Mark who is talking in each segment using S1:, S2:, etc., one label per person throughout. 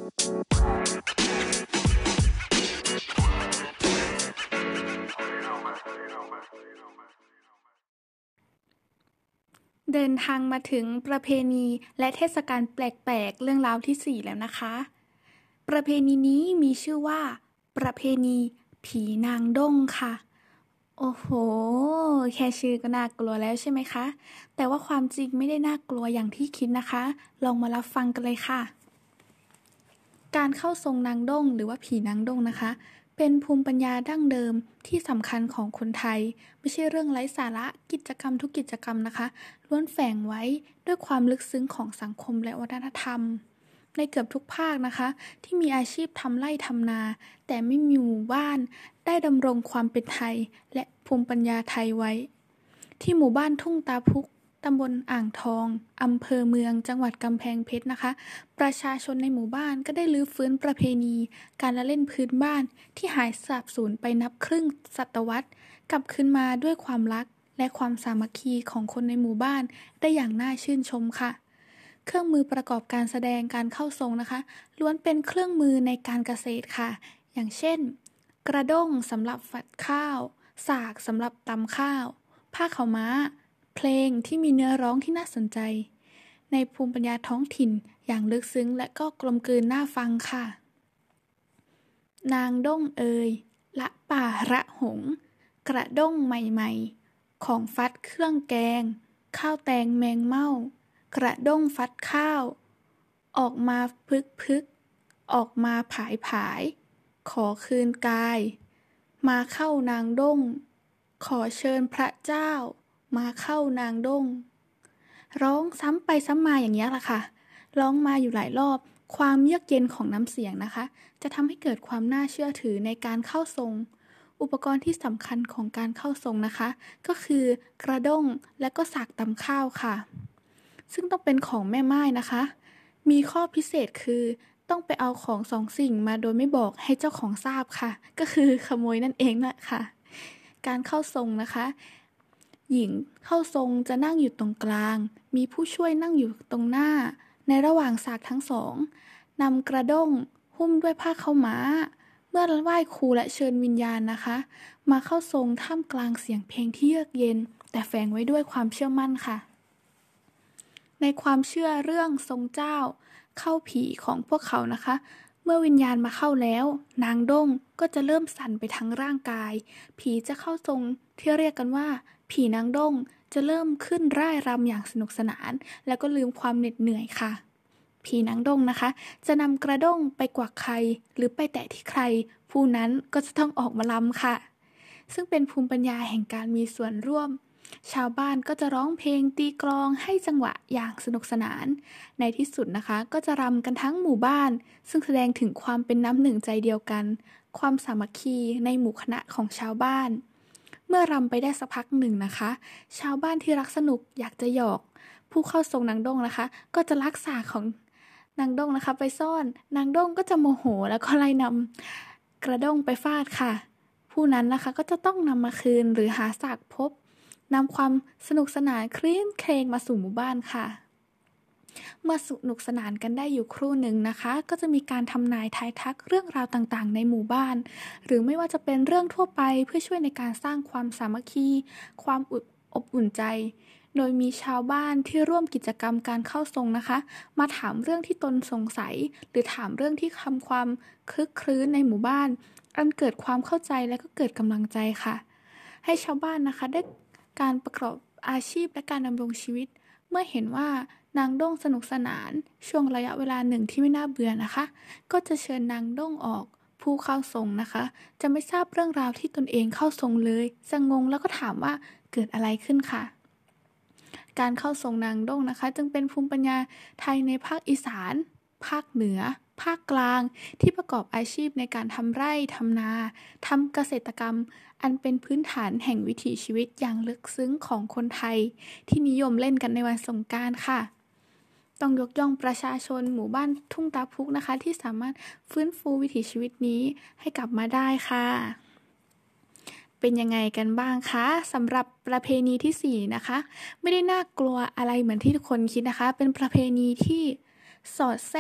S1: เดินทางมาถึงประเพณีและเทศกาลแปลกๆเรื่องราวที่4แล้วนะคะประเพณีนี้มีชื่อว่าประเพณีผีนางด้งค่ะโอ้โหแค่ชื่อก็น่ากลัวแล้วใช่ไหมคะแต่ว่าความจริงไม่ได้น่ากลัวอย่างที่คิดนะคะลองมารับฟังกันเลยค่ะการเข้าทรงนางด้งหรือว่าผีนางด้งนะคะเป็นภูมิปัญญาดั้งเดิมที่สำคัญของคนไทยไม่ใช่เรื่องไร้สาระกิจกรรมทุกกิจกรรมนะคะล้วนแฝงไว้ด้วยความลึกซึ้งของสังคมและวัฒนธรรมในเกือบทุกภาคนะคะที่มีอาชีพทำไร่ทำนาแต่ไม่มีหมู่บ้านได้ดำรงความเป็นไทยและภูมิปัญญาไทยไว้ที่หมู่บ้านทุ่งตาพุกตำบลอ่างทองอำเภอเมืองจังหวัดกำแพงเพชรนะคะประชาชนในหมู่บ้านก็ได้รื้อฟื้นประเพณีการละเล่นพื้นบ้านที่หายสาบสูญไปนับครึ่งศตวรรษกลับคืนมาด้วยความรักและความสามัคคีของคนในหมู่บ้านได้อย่างน่าชื่นชมค่ะเครื่องมือประกอบการแสดงการเข้าทรงนะคะล้วนเป็นเครื่องมือในการเกษตรค่ะอย่างเช่นกระด้งสำหรับฝัดข้าวสากสำหรับตำข้าวผ้าขาวม้าเพลงที่มีเนื้อร้องที่น่าสนใจในภูมิปัญญาท้องถิ่นอย่างลึกซึ้งและก็กลมกลืนน่าฟังค่ะนางด้งเอ่ยละป่าระหงกระด้งใหม่ๆของฟัดเครื่องแกงข้าวแตงแมงเม่ากระด้งฟัดข้าวออกมาพึกออกมาผายขอคืนกายมาเข้านางด้งขอเชิญพระเจ้ามาเข้านางด้งร้องซ้ำไปซ้ำมาอย่างนี้ล่ะค่ะร้องมาอยู่หลายรอบความเยือกเย็นของน้ำเสียงนะคะจะทำให้เกิดความน่าเชื่อถือในการเข้าทรงอุปกรณ์ที่สำคัญของการเข้าทรงนะคะก็คือกระด้งและก็สากตำข้าวค่ะซึ่งต้องเป็นของแม่ม่ายนะคะมีข้อพิเศษคือต้องไปเอาของสองสิ่งมาโดยไม่บอกให้เจ้าของทราบค่ะก็คือขโมยนั่นเองแหละค่ะการเข้าทรงนะคะหญิงเข้าทรงจะนั่งอยู่ตรงกลางมีผู้ช่วยนั่งอยู่ตรงหน้าในระหว่างสากทั้งสองนำกระด้งหุ้มด้วยผ้าขาวม้าเมื่อไหว้ครูและเชิญวิญญาณนะคะมาเข้าทรงท่ามกลางเสียงเพลงที่เยือกเย็นแต่แฝงไว้ด้วยความเชื่อมั่นค่ะในความเชื่อเรื่องทรงเจ้าเข้าผีของพวกเขานะคะเมื่อวิญญาณมาเข้าแล้วนางด้งก็จะเริ่มสั่นไปทั้งร่างกายผีจะเข้าทรงที่เรียกกันว่าผีนางด้งจะเริ่มขึ้นร่ายรำอย่างสนุกสนานแล้วก็ลืมความเหน็ดเหนื่อยค่ะผีนางด้งนะคะจะนำกระด้งไปกวักใครหรือไปแตะที่ใครผู้นั้นก็จะต้องออกมารำค่ะซึ่งเป็นภูมิปัญญาแห่งการมีส่วนร่วมชาวบ้านก็จะร้องเพลงตีกลองให้จังหวะอย่างสนุกสนานในที่สุดนะคะก็จะรำกันทั้งหมู่บ้านซึ่งแสดงถึงความเป็นน้ำหนึ่งใจเดียวกันความสามัคคีในหมู่คณะของชาวบ้านเมื่อรำไปได้สักพักหนึ่งนะคะชาวบ้านที่รักสนุกอยากจะหยอกผู้เข้าทรงนางด้งนะคะก็จะลักสากของนางด้งนะคะไปซ่อนนางด้งก็จะโมโหแล้วก็ไล่นำกระด้งไปฟาดค่ะผู้นั้นนะคะก็จะต้องนำมาคืนหรือหาสากพบนำความสนุกสนานคลื่นเครงมาสู่หมู่บ้านค่ะเมื่อสนุกสนานกันได้อยู่ครู่หนึ่งนะคะก็จะมีการทำนายทายทักเรื่องราวต่างๆในหมู่บ้านหรือไม่ว่าจะเป็นเรื่องทั่วไปเพื่อช่วยในการสร้างความสามัคคีความอบอุ่นใจโดยมีชาวบ้านที่ร่วมกิจกรรมการเข้าทรงนะคะมาถามเรื่องที่ตนสงสัยหรือถามเรื่องที่ทำความคลึกคลื้นในหมู่บ้านอันเกิดความเข้าใจและก็เกิดกำลังใจค่ะให้ชาวบ้านนะคะได้การประกอบอาชีพและการดำรงชีวิตเมื่อเห็นว่านางด้งสนุกสนานช่วงระยะเวลาหนึ่งที่ไม่น่าเบื่อนะคะก็จะเชิญนางด้งออกผู้เข้าทรงนะคะจะไม่ทราบเรื่องราวที่ตนเองเข้าทรงเลยจะงงแล้วก็ถามว่าเกิดอะไรขึ้นค่ะการเข้าทรงนางด้งนะคะจึงเป็นภูมิปัญญาไทยในภาคอีสานภาคเหนือภาคกลางที่ประกอบอาชีพในการทำไร่ทำนาทำเกษตรกรรมอันเป็นพื้นฐานแห่งวิถีชีวิตอย่างลึกซึ้งของคนไทยที่นิยมเล่นกันในวันสงกรานต์ค่ะต้องยกย่องประชาชนหมู่บ้านทุ่งตาพุกนะคะที่สามารถฟื้นฟูวิถีชีวิตนี้ให้กลับมาได้ค่ะเป็นยังไงกันบ้างคะสำหรับประเพณีที่4นะคะไม่ได้น่ากลัวอะไรเหมือนที่ทุกคนคิดนะคะเป็นประเพณีที่สอดแทรก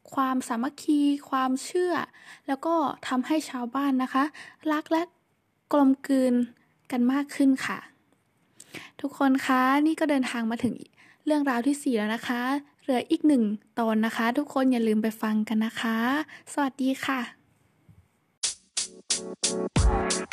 S1: ความสามัคคีความเชื่อแล้วก็ทำให้ชาวบ้านนะคะรักและกลมกลืนกันมากขึ้นค่ะทุกคนคะนี่ก็เดินทางมาถึงเรื่องราวที่4แล้วนะคะเหลืออีก1ตอนนะคะทุกคนอย่าลืมไปฟังกันนะคะสวัสดีค่ะ